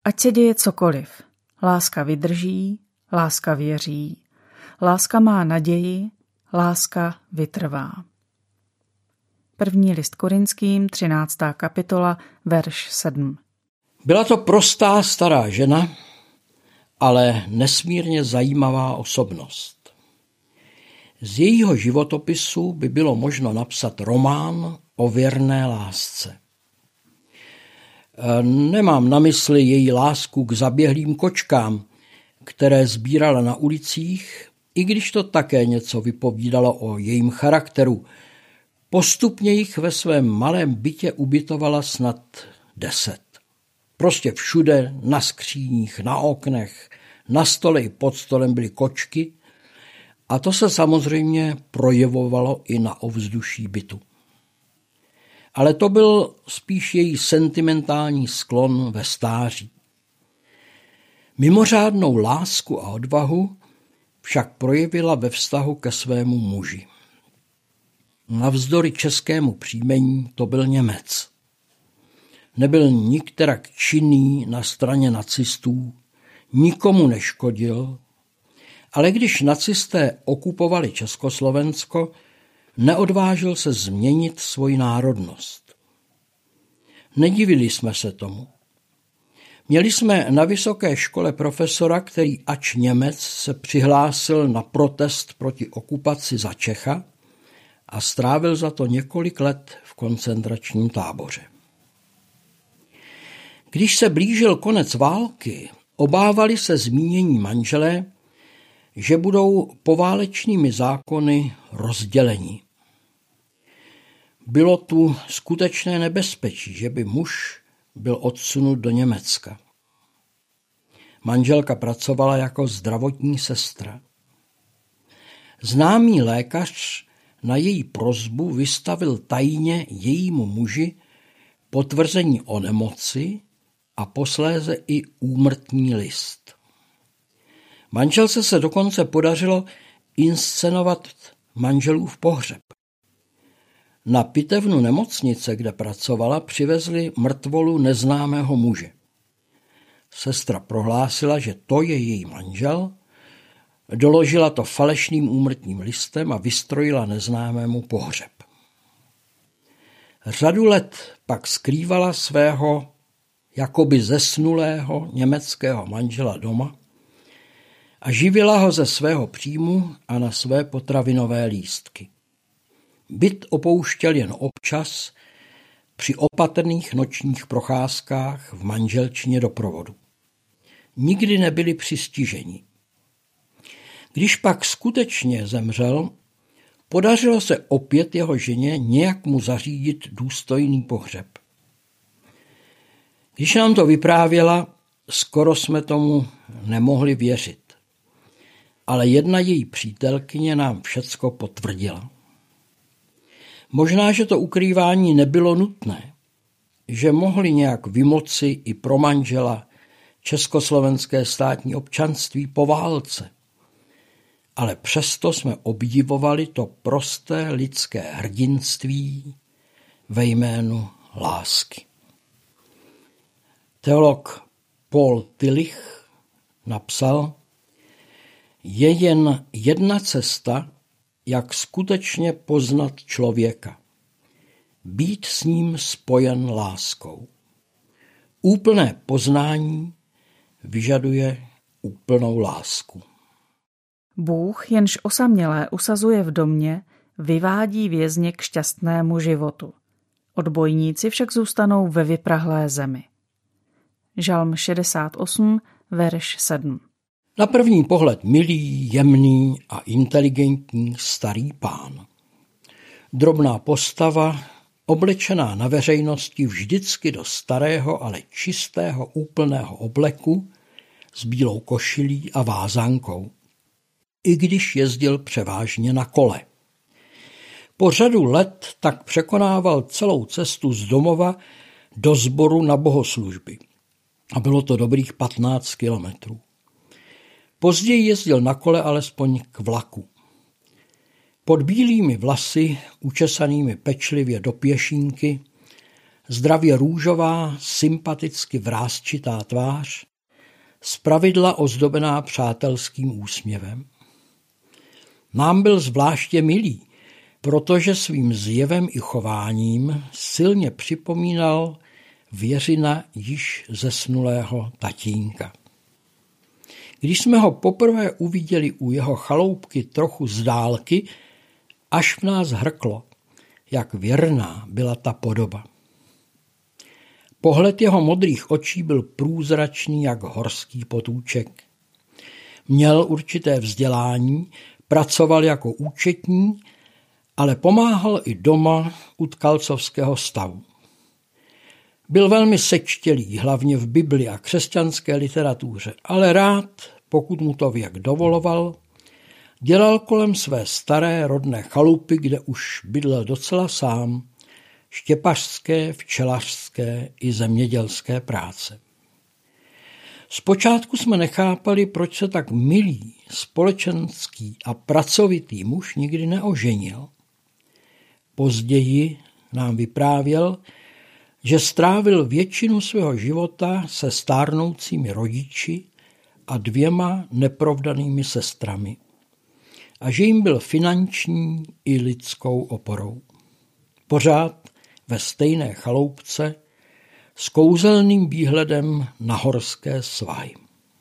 Ať se děje cokoliv, láska vydrží, láska věří, láska má naději, láska vytrvá. 1. list Korinským, 13. kapitola, verš 7. Byla to prostá stará žena, ale nesmírně zajímavá osobnost. Z jejího životopisu by bylo možno napsat román o věrné lásce. Nemám na mysli její lásku k zaběhlým kočkám, které sbírala na ulicích, i když to také něco vypovídalo o jejím charakteru. Postupně jich ve svém malém bytě ubytovala snad 10. Prostě všude, na skříních, na oknech, na stole i pod stolem byly kočky a to se samozřejmě projevovalo i na ovzduší bytu. Ale to byl spíš její sentimentální sklon ve stáří. Mimořádnou lásku a odvahu však projevila ve vztahu ke svému muži. Navzdory českému příjmení to byl Němec. Nebyl nikterak činný na straně nacistů, nikomu neškodil, ale když nacisté okupovali Československo, neodvážil se změnit svoji národnost. Nedivili jsme se tomu. Měli jsme na vysoké škole profesora, který ač Němec se přihlásil na protest proti okupaci za Čecha a strávil za to několik let v koncentračním táboře. Když se blížil konec války, obávali se zmínění manželé, že budou poválečnými zákony rozděleni. Bylo tu skutečné nebezpečí, že by muž byl odsunut do Německa. Manželka pracovala jako zdravotní sestra. Známý lékař na její prosbu vystavil tajně jejímu muži potvrzení o nemoci a posléze i úmrtní list. Manželce se dokonce podařilo inscenovat manželův pohřeb. Na pitevnu nemocnice, kde pracovala, přivezli mrtvolu neznámého muže. Sestra prohlásila, že to je její manžel, doložila to falešným úmrtním listem a vystrojila neznámému pohřeb. Řadu let pak skrývala svého jakoby zesnulého německého manžela doma a živila ho ze svého příjmu a na své potravinové lístky. Byt opouštěl jen občas při opatrných nočních procházkách v manželčině doprovodu. Nikdy nebyli přistiženi. Když pak skutečně zemřel, podařilo se opět jeho ženě nějak mu zařídit důstojný pohřeb. Když nám to vyprávěla, skoro jsme tomu nemohli věřit. Ale jedna její přítelkyně nám všecko potvrdila. Možná, že to ukrývání nebylo nutné, že mohli nějak vymoci i pro manžela československé státní občanství po válce. Ale přesto jsme obdivovali to prosté lidské hrdinství ve jménu lásky. Teolog Paul Tillich napsal: je jen jedna cesta, jak skutečně poznat člověka. Být s ním spojen láskou. Úplné poznání vyžaduje úplnou lásku. Bůh, jenž osamělé usazuje v domě, vyvádí vězně k šťastnému životu. Odbojníci však zůstanou ve vyprahlé zemi. Žalm 68, verš 7. Na první pohled milý, jemný a inteligentní starý pán. Drobná postava, oblečená na veřejnosti vždycky do starého, ale čistého úplného obleku s bílou košilí a vázánkou. I když jezdil převážně na kole. Po řadu let tak překonával celou cestu z domova do sboru na bohoslužby. A bylo to dobrých 15 kilometrů. Později jezdil na kole alespoň k vlaku. Pod bílými vlasy, učesanými pečlivě do pěšínky, zdravě růžová, sympaticky vrásčitá tvář, zpravidla ozdobená přátelským úsměvem. Nám byl zvláště milý, protože svým zjevem i chováním silně připomínal Věřina již zesnulého tatínka. Když jsme ho poprvé uviděli u jeho chaloupky trochu z dálky, až v nás hrklo, jak věrná byla ta podoba. Pohled jeho modrých očí byl průzračný jak horský potůček. Měl určité vzdělání, pracoval jako účetní, ale pomáhal i doma u tkalcovského stavu. Byl velmi sečtělý, hlavně v Bibli a křesťanské literatuře, ale rád, pokud mu to věk dovoloval, dělal kolem své staré rodné chalupy, kde už bydlel docela sám, štěpařské, včelařské i zemědělské práce. Zpočátku jsme nechápali, proč se tak milý, společenský a pracovitý muž nikdy neoženil. Později nám vyprávěl, že strávil většinu svého života se stárnoucími rodiči a 2 neprovdanými sestrami a že jim byl finanční i lidskou oporou. Pořád ve stejné chaloupce s kouzelným výhledem na horské svahy.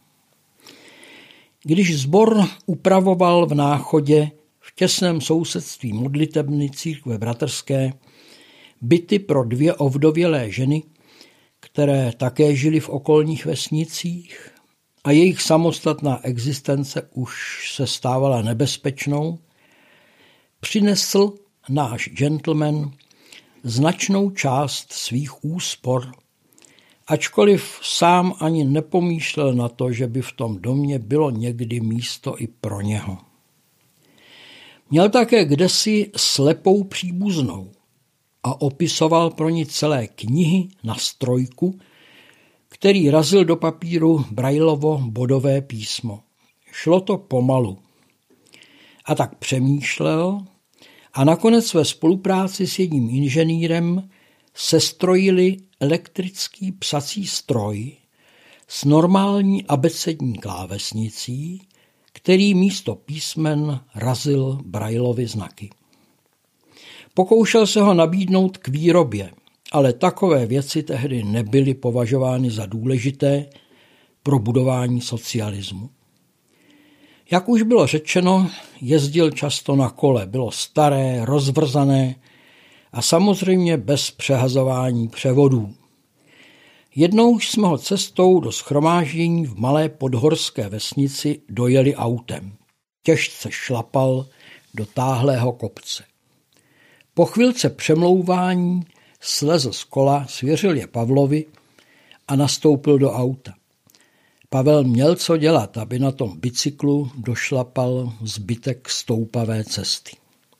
Když sbor upravoval v Náchodě v těsném sousedství modlitebny církve bratrské byty pro 2 ovdovělé ženy, které také žily v okolních vesnicích a jejich samostatná existence už se stávala nebezpečnou, přinesl náš gentleman značnou část svých úspor, ačkoliv sám ani nepomýšlel na to, že by v tom domě bylo někdy místo i pro něho. Měl také kdesi slepou příbuznou a opisoval pro ní celé knihy na strojku, který razil do papíru Braillovo bodové písmo. Šlo to pomalu. A tak přemýšlel a nakonec ve spolupráci s jedním inženýrem sestrojili elektrický psací stroj s normální abecední klávesnicí, který místo písmen razil Braillovy znaky. Pokoušel se ho nabídnout k výrobě, ale takové věci tehdy nebyly považovány za důležité pro budování socialismu. Jak už bylo řečeno, jezdil často na kole, bylo staré, rozvrzané a samozřejmě bez přehazování převodů. Jednou jsme ho cestou do shromáždění v malé podhorské vesnici dojeli autem. Těžce šlapal do táhlého kopce. Po chvilce přemlouvání slezl z kola, svěřil je Pavlovi a nastoupil do auta. Pavel měl co dělat, aby na tom bicyklu došlapal zbytek stoupavé cesty.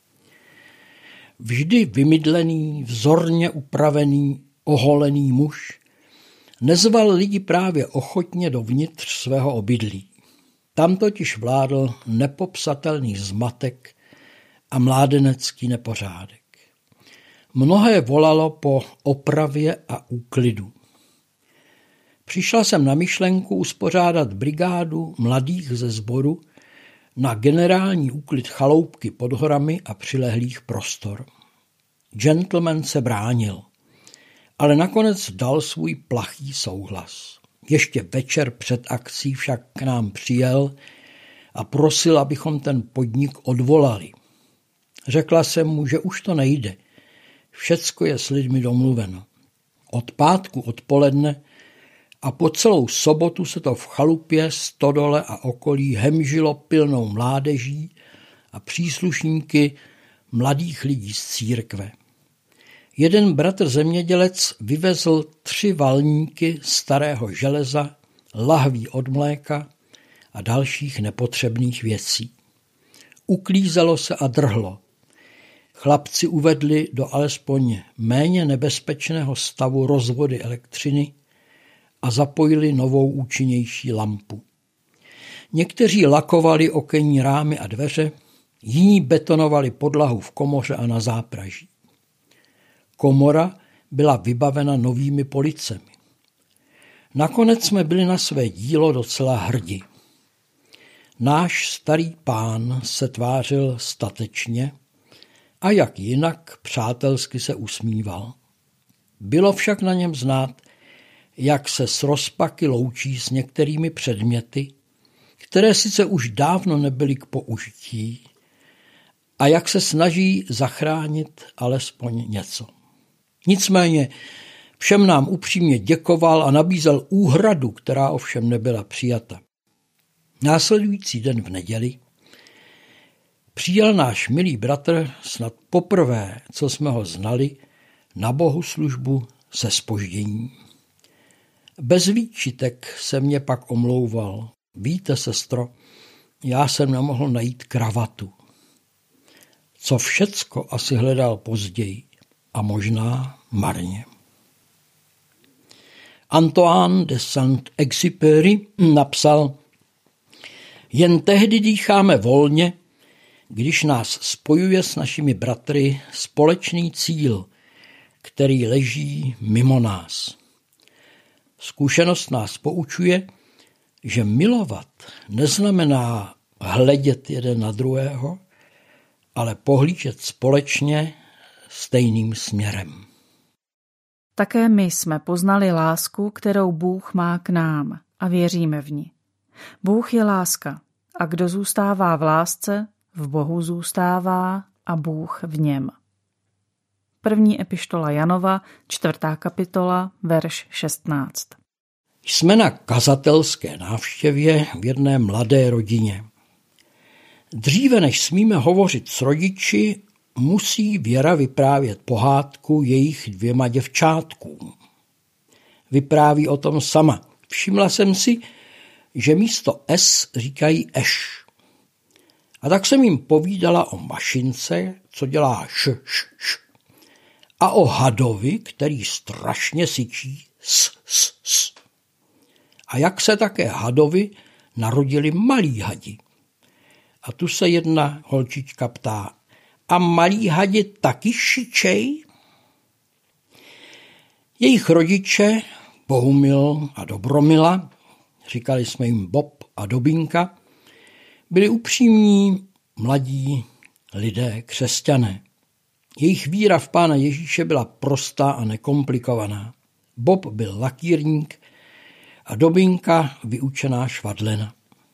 Vždy vymydlený, vzorně upravený, oholený muž nezval lidi právě ochotně dovnitř svého obydlí. Tam totiž vládl nepopsatelný zmatek a mládenecký nepořádek. Mnohé volalo po opravě a úklidu. Přišla jsem na myšlenku uspořádat brigádu mladých ze sboru na generální úklid chaloupky pod horami a přilehlých prostor. Gentleman se bránil, ale nakonec dal svůj plachý souhlas. Ještě večer před akcí však k nám přijel a prosil, abychom ten podnik odvolali. Řekla jsem mu, že už to nejde. Všecko je s lidmi domluveno. Od pátku odpoledne a po celou sobotu se to v chalupě, stodole a okolí hemžilo pilnou mládeží a příslušníky mladých lidí z církve. Jeden bratr zemědělec vyvezl 3 valníky starého železa, lahví od mléka a dalších nepotřebných věcí. Uklízelo se a drhlo. Chlapci uvedli do alespoň méně nebezpečného stavu rozvody elektřiny a zapojili novou účinnější lampu. Někteří lakovali okenní rámy a dveře, jiní betonovali podlahu v komoře a na zápraží. Komora byla vybavena novými policemi. Nakonec jsme byli na své dílo docela hrdi. Náš starý pán se tvářil statečně a jak jinak přátelsky se usmíval. Bylo však na něm znát, jak se s rozpaky loučí s některými předměty, které sice už dávno nebyly k použití, a jak se snaží zachránit alespoň něco. Nicméně všem nám upřímně děkoval a nabízel úhradu, která ovšem nebyla přijata. Následující den v neděli přijel náš milý bratr snad poprvé, co jsme ho znali, na bohoslužbu se zpožděním. Bez výčitek se mě pak omlouval. Víte, sestro, já jsem nemohl najít kravatu. Co všecko asi hledal později a možná marně. Antoine de Saint-Exupéry napsal: jen tehdy dýcháme volně, když nás spojuje s našimi bratry společný cíl, který leží mimo nás. Zkušenost nás poučuje, že milovat neznamená hledět jeden na druhého, ale pohlížet společně stejným směrem. Také my jsme poznali lásku, kterou Bůh má k nám a věříme v ní. Bůh je láska a kdo zůstává v lásce, v Bohu zůstává a Bůh v něm. První epištola Janova, 4. kapitola, verš 16. Jsme na kazatelské návštěvě v jedné mladé rodině. Dříve než smíme hovořit s rodiči, musí Věra vyprávět pohádku jejich 2 děvčátkům. Vypráví o tom sama. Všimla jsem si, že místo S říkají eš. A tak jsem jim povídala o mašince, co dělá š. A o hadovi, který strašně syčí s. A jak se také hadovi narodili malí hadi. A tu se jedna holčička ptá: a malí hadi taky šičej? Jejich rodiče, Bohumil a Dobromila, říkali jsme jim Bob a Dobinka, byli upřímní, mladí lidé, křesťané. Jejich víra v Pána Ježíše byla prostá a nekomplikovaná. Bob byl lakýrník a Dobinka vyučená švadlena.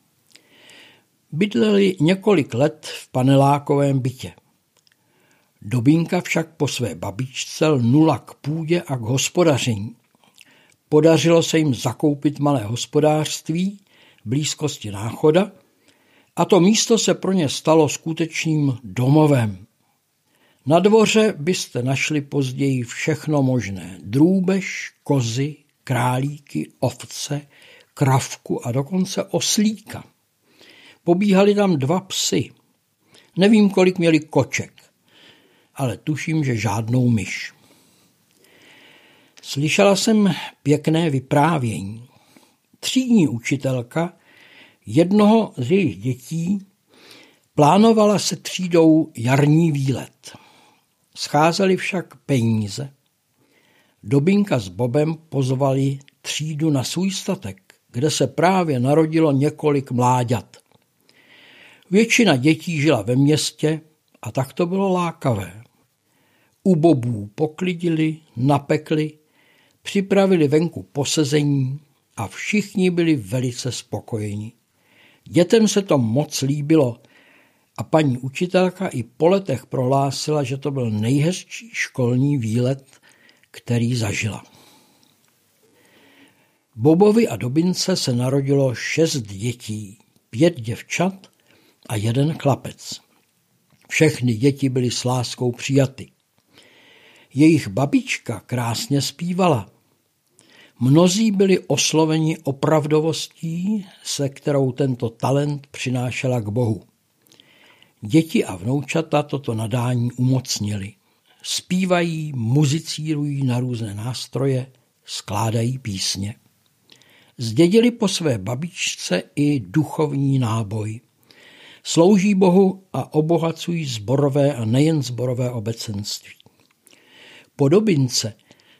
Bydleli několik let v panelákovém bytě. Dobinka však po své babičce lnula k půdě a k hospodaření. Podařilo se jim zakoupit malé hospodářství v blízkosti Náchoda a to místo se pro ně stalo skutečným domovem. Na dvoře byste našli později všechno možné. Drůbež, kozy, králíky, ovce, kravku a dokonce oslíka. Pobíhali tam 2 psy. Nevím, kolik měli koček, ale tuším, že žádnou myš. Slyšela jsem pěkné vyprávění. Třídní učitelka jednoho z jejich dětí plánovala se třídou jarní výlet. Scházely však peníze. Dobinka s Bobem pozvali třídu na svůj statek, kde se právě narodilo několik mláďat. Většina dětí žila ve městě a tak to bylo lákavé. U Bobů poklidili, napekli, připravili venku posezení a všichni byli velice spokojeni. Dětem se to moc líbilo a paní učitelka i po letech prohlásila, že to byl nejhezčí školní výlet, který zažila. Bobovi a Dobince se narodilo 6 dětí, 5 děvčat a 1 chlapec. Všechny děti byly s láskou přijaty. Jejich babička krásně zpívala. Mnozí byli osloveni opravdovostí, se kterou tento talent přinášela k Bohu. Děti a vnoučata toto nadání umocnili. Zpívají, muzicírují na různé nástroje, skládají písně. Zdědili po své babičce i duchovní náboj. Slouží Bohu a obohacují sborové a nejen sborové obecenství. Po Dobince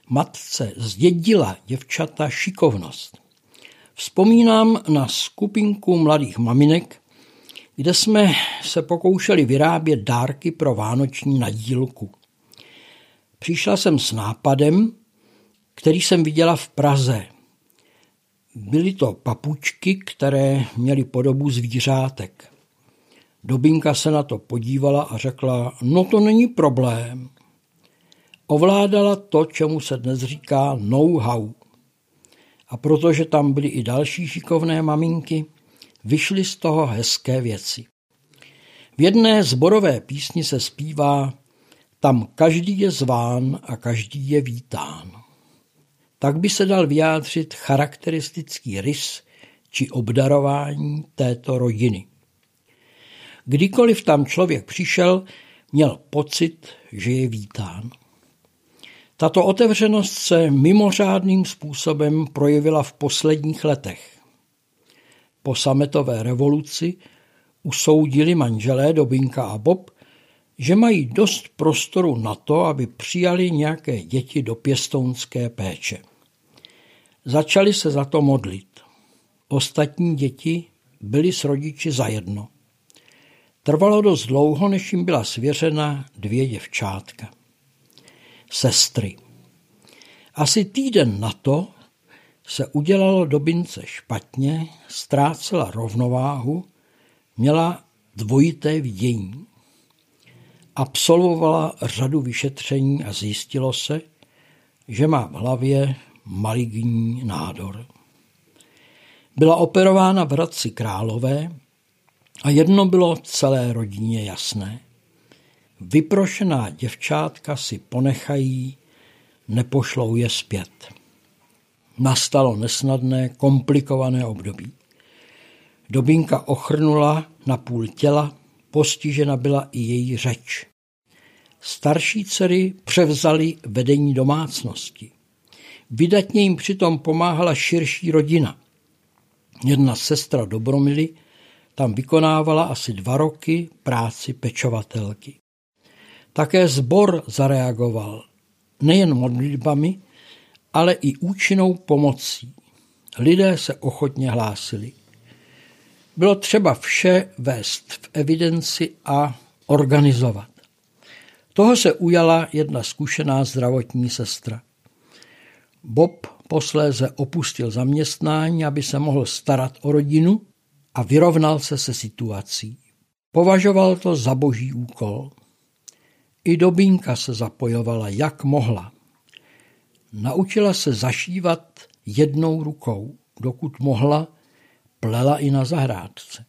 matce zdědila děvčata šikovnost. Vzpomínám na skupinku mladých maminek, kde jsme se pokoušeli vyrábět dárky pro vánoční nadílku. Přišla jsem s nápadem, který jsem viděla v Praze. Byly to papučky, které měly podobu zvířátek. Dobinka se na to podívala a řekla, no to není problém. Ovládala to, čemu se dnes říká know-how. A protože tam byly i další šikovné maminky, vyšly z toho hezké věci. V jedné sborové písni se zpívá, tam každý je zván a každý je vítán. Tak by se dal vyjádřit charakteristický rys či obdarování této rodiny. Kdykoliv tam člověk přišel, měl pocit, že je vítán. Tato otevřenost se mimořádným způsobem projevila v posledních letech. Po sametové revoluci usoudili manželé Dobinka a Bob, že mají dost prostoru na to, aby přijali nějaké děti do pěstounské péče. Začali se za to modlit. Ostatní děti byly s rodiči zajedno. Trvalo dost dlouho, než jim byla svěřena 2 děvčátka. Sestry. Asi týden na to se udělalo Dobince špatně, ztrácela rovnováhu, měla dvojité vidění. Absolvovala řadu vyšetření a zjistilo se, že má v hlavě maligní nádor. Byla operována v Hradci Králové a jedno bylo celé rodině jasné. Vyprošená děvčátka si ponechají, nepošlou je zpět. Nastalo nesnadné, komplikované období. Dobinka ochrnula na půl těla, postižena byla i její řeč. Starší dcery převzaly vedení domácnosti. Vydatně jim přitom pomáhala širší rodina. Jedna sestra Dobromily tam vykonávala asi 2 roky práci pečovatelky. Také sbor zareagoval nejen modlitbami, ale i účinnou pomocí. Lidé se ochotně hlásili. Bylo třeba vše vést v evidenci a organizovat. Toho se ujala jedna zkušená zdravotní sestra. Bob posléze opustil zaměstnání, aby se mohl starat o rodinu a vyrovnal se situací. Považoval to za boží úkol. I Dobinka se zapojovala, jak mohla. Naučila se zašívat jednou rukou, dokud mohla, plela i na zahrádce.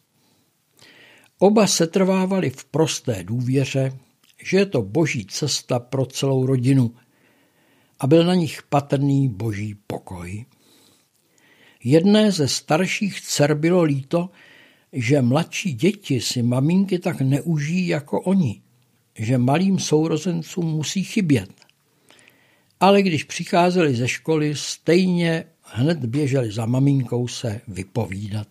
Oba setrvávali v prosté důvěře, že je to boží cesta pro celou rodinu a byl na nich patrný boží pokoj. Jedné ze starších dcer bylo líto, že mladší děti si maminky tak neužijí jako oni, že malým sourozencům musí chybět. Ale když přicházeli ze školy, stejně hned běželi za maminkou se vypovídat.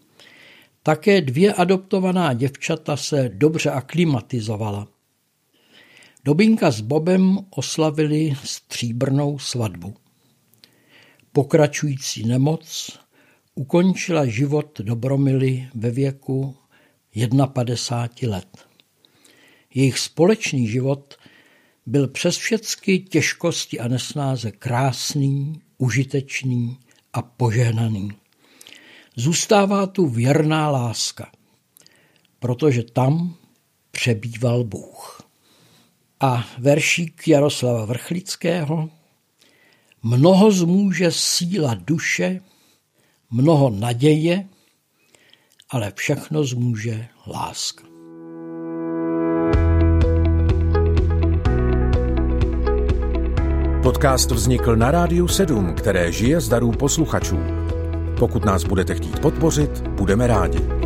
Také 2 adoptovaná děvčata se dobře aklimatizovala. Dobinka s Bobem oslavili stříbrnou svatbu. Pokračující nemoc ukončila život Dobromily ve věku 51 let. Jejich společný život byl přes všechny těžkosti a nesnáze krásný, užitečný a požehnaný. Zůstává tu věrná láska, protože tam přebýval Bůh. A veršík Jaroslava Vrchlického: mnoho zmůže síla duše, mnoho naděje, ale všechno zmůže láska. Podcast vznikl na Rádiu 7, které žije z darů posluchačů. Pokud nás budete chtít podpořit, budeme rádi.